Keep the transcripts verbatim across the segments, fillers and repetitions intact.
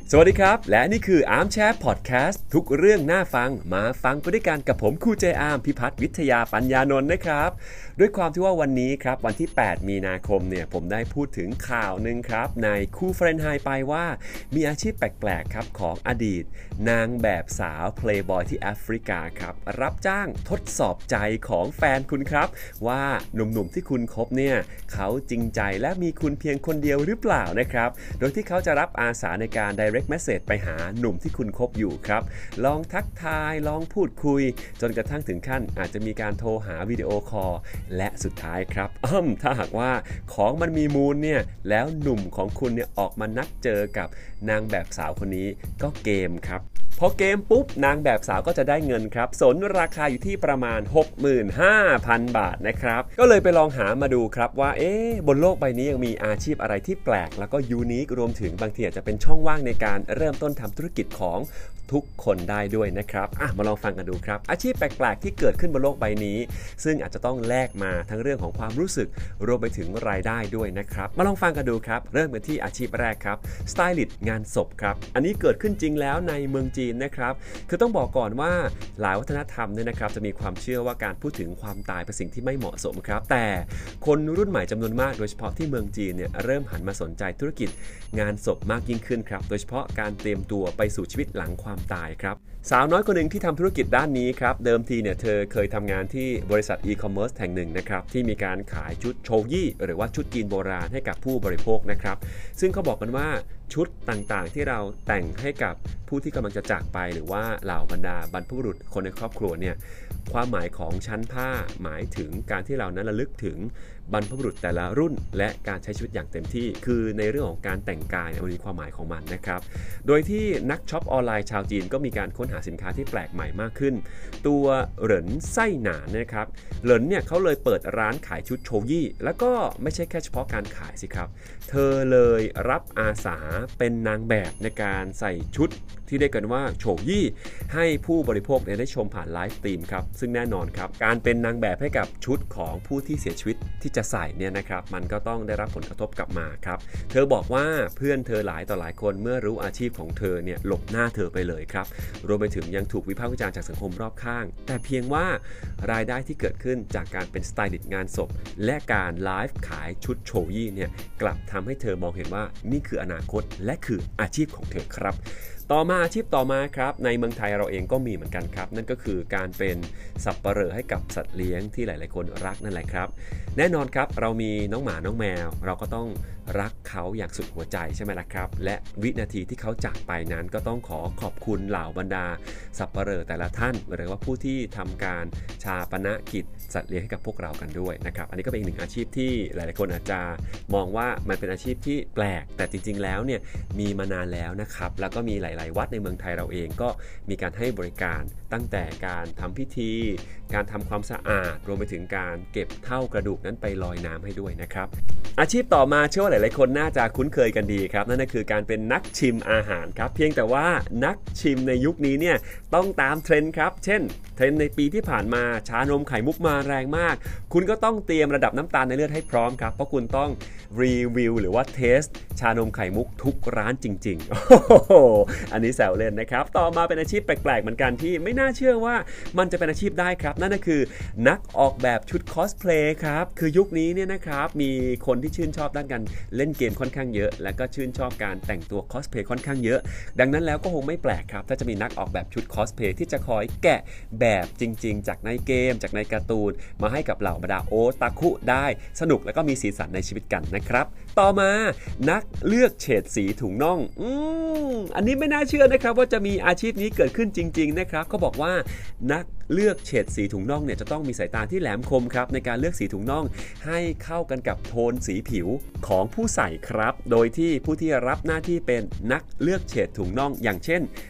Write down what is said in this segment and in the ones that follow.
สวัสดีครับและนี่คือ Armchair Podcast ทุกเรื่องน่าฟังมาฟังไปด้วยกันกับผมครูเจอาร์มพิพัฒน์วิทยาปัญญานนท์นะครับด้วยความที่ว่าวันนี้ครับวันที่แปดมีนาคมเนี่ยผมได้พูดถึงข่าวหนึ่งครับในคูเฟรนไฮไปว่ามีอาชีพแปลกๆครับของอดีตนางแบบสาวเพลย์บอยที่แอฟริกาครับรับจ้างทดสอบใจของแฟนคุณครับว่าหนุ่มๆที่คุณคบเนี่ยเขาจริงใจและมีคุณเพียงคนเดียวหรือเปล่านะครับโดยที่เขาจะรับอาสาในการ direct message ไปหาหนุ่มที่คุณคบอยู่ครับลองทักทายลองพูดคุยจนกระทั่งถึงขั้นอาจจะมีการโทรหาวิดีโอคอลและสุดท้ายครับอ้อมถ้าหากว่าของมันมีมูลเนี่ยแล้วหนุ่มของคุณเนี่ยออกมานัดเจอกับนางแบบสาวคนนี้ก็เกมครับพอเกมปุ๊บนางแบบสาวก็จะได้เงินครับสนราคาอยู่ที่ประมาณ หกหมื่นห้าพัน บาทนะครับก็เลยไปลองหามาดูครับว่าเอ๊ะบนโลกใบนี้ยังมีอาชีพอะไรที่แปลกแล้วก็ยูนิครวมถึงบางทีอาจจะเป็นช่องว่างในการเริ่มต้นทำธุรกิจของทุกคนได้ด้วยนะครับอ่ะมาลองฟังกันดูครับอาชีพแปลกๆที่เกิดขึ้นบนโลกใบนี้ซึ่งอาจจะต้องแลกมาทั้งเรื่องของความรู้สึกรวมไปถึงรายได้ด้วยนะครับมาลองฟังกันดูครับเริ่มกันที่อาชีพแรกครับสไตลิสต์งานศพครับอันนี้เกิดขึ้นจริงแล้วในเมืองจีนนะครับคือต้องบอกก่อนว่าหลายวัฒนธรรมเนี่ยนะครับจะมีความเชื่อว่าการพูดถึงความตายเป็นสิ่งที่ไม่เหมาะสมครับแต่คนรุ่นใหม่จำนวนมากโดยเฉพาะที่เมืองจีนเนี่ยเริ่มหันมาสนใจธุรกิจงานศพมากยิ่งขึ้นครับโดยเฉพาะการเตรียมตัวไปสู่ชีวิตหลังความตายครับสาวน้อยคนหนึ่งที่ทำธุรกิจด้านนี้ครับเดิมทีเนี่ยเธอเคยทำงานที่บริษัทอีคอมเมิร์ซแห่งหนึ่งนะครับที่มีการขายชุดโชยี่หรือว่าชุดจีนโบราณให้กับผู้บริโภคนะครับซึ่งเขาบอกกันว่าชุดต่างๆที่เราแต่งให้กับผู้ที่กำลังจะจากไปหรือว่าเหล่าบรรดาบรรพบุรุษคนในครอบครัวเนี่ยความหมายของชั้นผ้าหมายถึงการที่เรานั้นระลึกถึงบรรพบุรุษแต่ละรุ่นและการใช้ชีวิตอย่างเต็มที่คือในเรื่องของการแต่งกายมันมีความหมายของมันนะครับโดยที่นักช็อปออนไลน์ชาวจีนก็มีการค้นหาสินค้าที่แปลกใหม่มากขึ้นตัวเหรินไส้หนานนะครับเหรินเนี่ยเขาเลยเปิดร้านขายชุดโชยี่แล้วก็ไม่ใช่แค่เฉพาะการขายสิครับเธอเลยรับอาสาเป็นนางแบบในการใส่ชุดที่เรียกกันว่าโชยี่ให้ผู้บริโภคได้ชมผ่านไลฟ์สตรีมครับซึ่งแน่นอนครับการเป็นนางแบบให้กับชุดของผู้ที่เสียชีวิตที่จะใส่เนี่ยนะครับมันก็ต้องได้รับผลกระทบกลับมาครับเธอบอกว่าเพื่อนเธอหลายต่อหลายคนเมื่อรู้อาชีพของเธอเนี่ยหลบหน้าเธอไปเลยครับรวมไปถึงยังถูกวิพากษ์วิจารณ์จากสังคมรอบข้างแต่เพียงว่ารายได้ที่เกิดขึ้นจากการเป็นสไตลิสต์งานศพและการไลฟ์ขายชุดโชยี่เนี่ยกลับทำให้เธอมองเห็นว่านี่คืออนาคตและคืออาชีพของเธอครับต่อมาอาชีพต่อมาครับในเมืองไทยเราเองก็มีเหมือนกันครับนั่นก็คือการเป็นสับปะเหร่อให้กับสัตว์เลี้ยงที่หลายๆคนรักนั่นแหละครับแน่นอนครับเรามีน้องหมาน้องแมวเราก็ต้องรักเขาอย่างสุดหัวใจใช่ไหมล่ะครับและวินาทีที่เขาจากไปนั้นก็ต้องขอขอบคุณเหล่าบรรดาสับปะเหร่อแต่ละท่านหรือว่าผู้ที่ทำการชาปนกิจสัตว์เลี้ยงให้กับพวกเรากันด้วยนะครับอันนี้ก็เป็นอีกหนึ่งอาชีพที่หลายๆคนอาจจะมองว่ามันเป็นอาชีพที่แปลกแต่จริงๆแล้วเนี่ยมีมานานแล้วนะครับแล้วก็มีหลายๆวัดในเมืองไทยเราเองก็มีการให้บริการตั้งแต่การทำพิธีการทำความสะอาดรวมไปถึงการเก็บเท่ากระดูกนั้นไปลอยน้ำให้ด้วยนะครับอาชีพต่อมาเชื่อว่าหลายๆคนน่าจะคุ้นเคยกันดีครับนั่นก็คือการเป็นนักชิมอาหารครับเพียงแต่ว่านักชิมในยุคนี้เนี่ยต้องตามเทรนด์ครับเช่นเทรนด์ในปีที่ผ่านมาชานมไข่มุกมาแรงมากคุณก็ต้องเตรียมระดับน้ำตาลในเลือดให้พร้อมครับเพราะคุณต้องรีวิวหรือว่าเทสชานมไข่มุกทุกร้านจริงๆ อันนี้แซวเล่นนะครับต่อมาเป็นอาชีพแปลกๆเหมือนกันที่ไม่น่าเชื่อว่ามันจะเป็นอาชีพได้ครับนั่นก็คือนักออกแบบชุดคอสเพลย์ครับคือยุคนี้เนี่ยนะครับมีคนที่ชื่นชอบด้านการเล่นเกมค่อนข้างเยอะและก็ชื่นชอบการแต่งตัวคอสเพลย์ค่อนข้างเยอะดังนั้นแล้วก็คงไม่แปลกครับถ้าจะมีนักออกแบบชุดคอสเพลย์ที่จะคอยแกะแบบจริงๆจากในเกมจากในการ์ตูนมาให้กับเหล่าบรรดาโอตาคุได้สนุกและก็มีสีสันในชีวิตกันนะครับต่อมานักเลือกเฉดสีถุงน่องอืมอันนี้ไม่น่าเชื่อนะครับว่าจะมีอาชีพนี้เกิดขึ้นจริงๆนะครับเขาบอกว่านักเลือกเฉดสีถุงน่องเนี่ยจะต้องมีสายตาที่แหลมคมครับในการเลือกสีถุงน่องให้เข้ากันกับโทนสีผิวของผู้ใส่ครับโดยที่ผู้ที่รับหน้าที่เป็นนักเลือกเฉดถุงน่องอย่างเช่น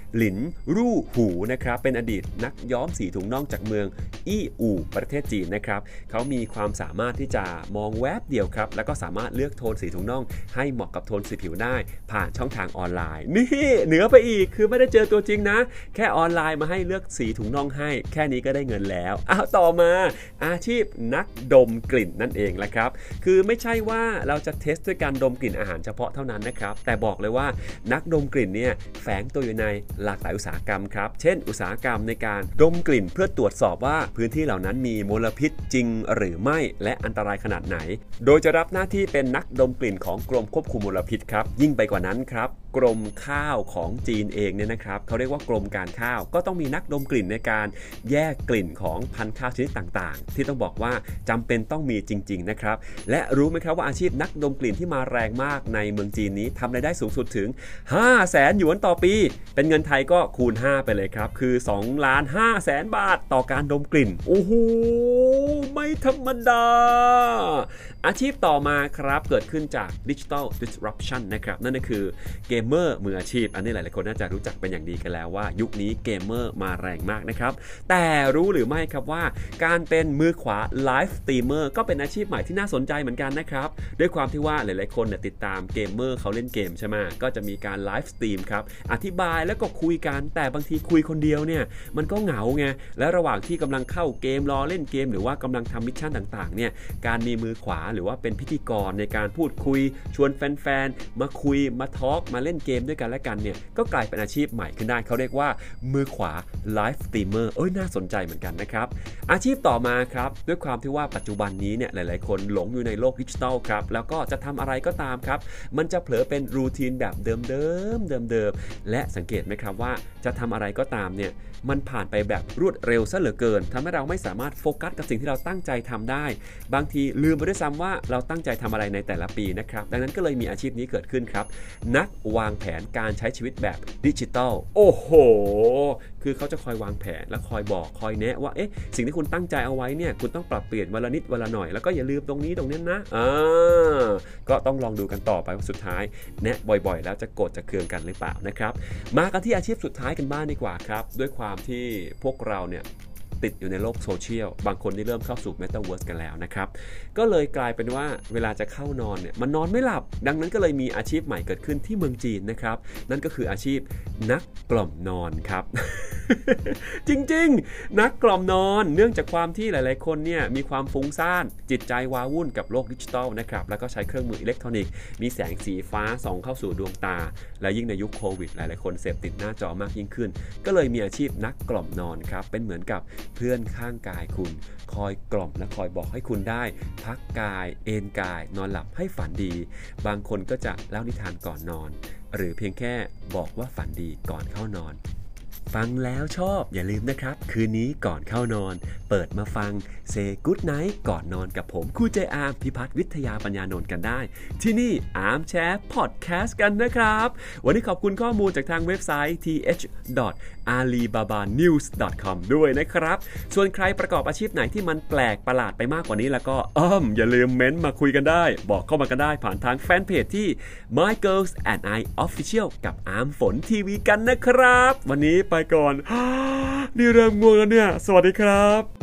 หลินรู่หูนะครับเป็นอดีตนักย้อมสีถุงน่องจากเมืองอี้อู่ประเทศจีนนะครับเขามีความสามารถที่จะมองแวบเดียวครับแล้วก็สามารถเลือกโทนสีถุงน่องให้เหมาะกับโทนสีผิวได้ผ่านช่องทางออนไลน์นี่เหนือไปอีกคือไม่ได้เจอตัวจริงนะแค่ออนไลน์มาให้เลือกสีถุงน่องให้แค่นี้ก็ได้เงินแล้วอ้าวต่อมาอาชีพนักดมกลิ่นนั่นเองแหละครับคือไม่ใช่ว่าเราจะเทสด้วยการดมกลิ่นอาหารเฉพาะเท่านั้นนะครับแต่บอกเลยว่านักดมกลิ่นเนี่ยแฝงตัวอยู่ในหลากหลายอุตสาหกรรมครับเช่นอุตสาหกรรมในการดมกลิ่นเพื่อตรวจสอบว่าพื้นที่เหล่านั้นมีมลพิษจริงหรือไม่และอันตรายขนาดไหนโดยจะรับหน้าที่เป็นนักดมกลิ่นของกรมควบคุมมลพิษครับยิ่งไปกว่านั้นครับกรมข้าวของจีนเองเนี่ยนะครับเขาเรียกว่ากรมการข้าวก็ต้องมีนักดมกลิ่นในการแยกกลิ่นของพันธุ์ข้าวชนิดต่างๆที่ต้องบอกว่าจำเป็นต้องมีจริงๆนะครับและรู้ไหมครับว่าอาชีพนักดมกลิ่นที่มาแรงมากในเมืองจีนนี้ทำรายได้สูงสุดถึงห้าแสนหยวนต่อปีเป็นเงินไทยก็คูณห้าไปเลยครับคือสองล้านห้าแสนบาทต่อการดมกลิ่นโอ้โหไม่ธรรมดาอาชีพต่อมาครับเกิดขึ้นจาก Digital Disruption นะครับนั่นก็คือเกมเมอร์มืออาชีพอันนี้หลายๆคนน่าจะรู้จักเป็นอย่างดีกันแล้วว่ายุคนี้เกมเมอร์มาแรงมากนะครับแต่รู้หรือไม่ครับว่าการเป็นมือขวาไลฟ์สตรีมเมอร์ก็เป็นอาชีพใหม่ที่น่าสนใจเหมือนกันนะครับด้วยความที่ว่าหลายๆคนเนี่ยติดตามเกมเมอร์เขาเล่นเกมใช่ไหมก็จะมีการไลฟ์สตรีมครับอธิบายแล้วก็คุยกันแต่บางทีคุยคนเดียวเนี่ยมันก็เหงาไงและระหว่างที่กำลังเข้าเกมรอเล่นเกมหรือว่ากำลังทำมิชชั่นต่างๆเนี่ยการมีมือขวาหรือว่าเป็นพิธีกรในการพูดคุยชวนแฟนๆมาคุยมาทอล์กมาเล่นเกมด้วยกันและกันเนี่ยก็กลายเป็นอาชีพใหม่ขึ้นได้เขาเรียกว่ามือขวาไลฟ์สตรีมเมอร์เอ้ยน่าสนใจเหมือนกันนะครับอาชีพต่อมาครับด้วยความที่ว่าปัจจุบันนี้เนี่ยหลายๆคนหลงอยู่ในโลกดิจิทัลครับแล้วก็จะทำอะไรก็ตามครับมันจะเผลอเป็นรูทีนแบบเดิมๆเดิมๆและสังเกตไหมครับว่าจะทำอะไรก็ตามเนี่ยมันผ่านไปแบบรวดเร็วซะเหลือเกินทำให้เราไม่สามารถโฟกัสกับสิ่งที่เราตั้งใจทำได้บางทีลืมไปด้วยซ้ำว่าเราตั้งใจทำอะไรในแต่ละปีนะครับดังนั้นก็เลยมีอาชีพนี้เกิดขึ้นครับนักวางแผนการใช้ชีวิตแบบดิจิทัลโอ้โหคือเขาจะคอยวางแผนและคอยบอกคอยแนะว่าเอ๊ะสิ่งที่คุณตั้งใจเอาไว้เนี่ยคุณต้องปรับเปลี่ยนวันละนิดวันละหน่อยแล้วก็อย่าลืมตรงนี้ตรงนี้นะอ่าก็ต้องลองดูกันต่อไปว่าสุดท้ายแนะบ่อยๆแล้วจะโกรธจะเคืองกันหรือเปล่านะครับมากันที่อาชีพสุดท้ายกันบ้างดีกว่าครับด้วยความที่พวกเราเนี่ยติดอยู่ในโลกโซเชียลบางคนที่เริ่มเข้าสู่ Metaverse กันแล้วนะครับก็เลยกลายเป็นว่าเวลาจะเข้านอนเนี่ยมันนอนไม่หลับดังนั้นก็เลยมีอาชีพใหม่เกิดขึ้นที่เมืองจีนนะครับนั่นก็คืออาชีพนักกล่อมนอนครับ จริงๆนักกล่อมนอนเนื่องจากความที่หลายๆคนเนี่ยมีความฟุ้งซ่านจิตใจว้าวุ่นกับโลกดิจิทัลนะครับแล้วก็ใช้เครื่องมืออิเล็กทรอนิกส์มีแสงสีฟ้าส่องเข้าสู่ดวงตาและยิ่งในยุคโควิดหลายๆคนเสพติดหน้าจอมากยิ่งขึ้นก็เลยมีอาชีพนักกล่อมนอนครับเป็นเหมือนกับเพื่อนข้างกายคุณคอยกล่อมและคอยบอกให้คุณได้พักกายเอนกายนอนหลับให้ฝันดีบางคนก็จะเล่านิทานก่อนนอนหรือเพียงแค่บอกว่าฝันดีก่อนเข้านอนฟังแล้วชอบอย่าลืมนะครับคืนนี้ก่อนเข้านอนเปิดมาฟัง Say Good Night ก่อนนอนกับผมครูเจอาร์มพิพัฒน์วิทยาปัญญานนท์กันได้ที่นี่ Armchair Podcast กันนะครับวันนี้ขอบคุณข้อมูลจากทางเว็บไซต์ ที เอช ดอท อาลีบาบานิวส์ ดอท คอม ด้วยนะครับส่วนใครประกอบอาชีพไหนที่มันแปลกประหลาดไปมากกว่านี้แล้วก็อ้อมอย่าลืมเม้นต์มาคุยกันได้บอกเข้ามากันได้ผ่านทางแฟนเพจที่ My Girls and I Official กับอาร์มฝนทีวีกันนะครับวันนี้ไปก่อน นี่เริ่มง่วงแล้วเนี่ยสวัสดีครับ